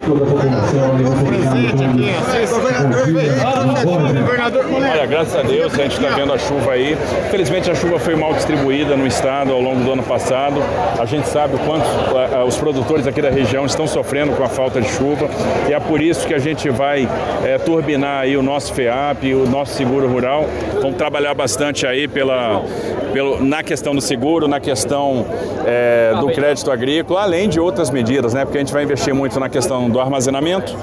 Olha, graças a Deus a gente está vendo a chuva aí. Infelizmente a chuva foi mal distribuída no estado ao longo do ano passado. A gente sabe o quanto os produtores aqui da região estão sofrendo com a falta de chuva e é por isso que a gente vai turbinar aí o nosso FEAP, o nosso seguro rural. Vamos trabalhar bastante aí na questão do seguro, na questão do crédito agrícola, além de outras medidas, né? Porque a gente vai investir muito na questão do armazenamento,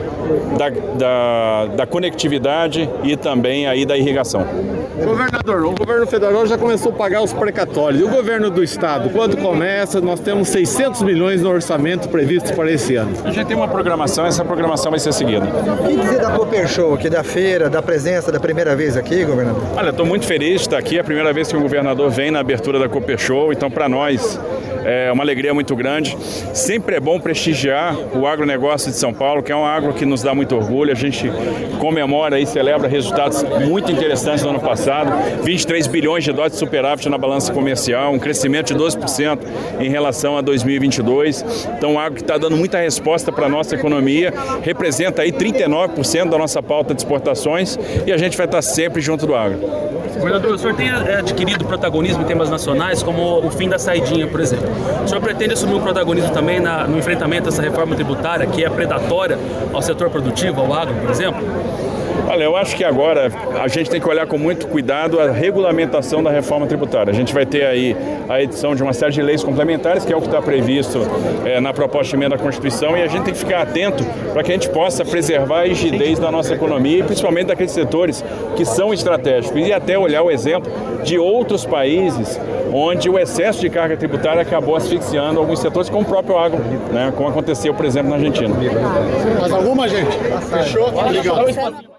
da conectividade e também aí da irrigação. Governador, o governo federal já começou a pagar os precatórios. E o governo do estado, quando começa, nós temos 600 milhões no orçamento previsto para esse ano. A gente tem uma programação, essa programação vai ser seguida. O que dizer da Cooper Show aqui, da feira, da presença da primeira vez aqui, governador? Olha, estou muito feliz de estar aqui, é a primeira vez que o governador vem na abertura da Cooper Show, então para nós é uma alegria muito grande. Sempre é bom prestigiar o agronegócio de São Paulo, que é um agro que nos dá muito orgulho. A gente comemora e celebra resultados muito interessantes no ano passado, 23 bilhões de dólares de superávit na balança comercial, um crescimento de 12% em relação a 2022. Então, o agro que está dando muita resposta para a nossa economia, representa aí 39% da nossa pauta de exportações e a gente vai estar sempre junto do agro. Governador, o senhor tem adquirido protagonismo em temas nacionais, como o fim da saidinha, por exemplo. O senhor pretende assumir um protagonismo também no enfrentamento dessa reforma tributária, que é predatória ao setor produtivo, ao agro, por exemplo? Olha, eu acho que agora a gente tem que olhar com muito cuidado a regulamentação da reforma tributária. A gente vai ter aí a edição de uma série de leis complementares, que é o que está previsto na proposta de emenda à Constituição, e a gente tem que ficar atento para que a gente possa preservar a rigidez da nossa economia e principalmente daqueles setores que são estratégicos, e até olhar o exemplo de outros países onde o excesso de carga tributária acabou asfixiando alguns setores, como o próprio agro, né? Como aconteceu, por exemplo, na Argentina. Mais alguma, gente? Fechou? Obrigado.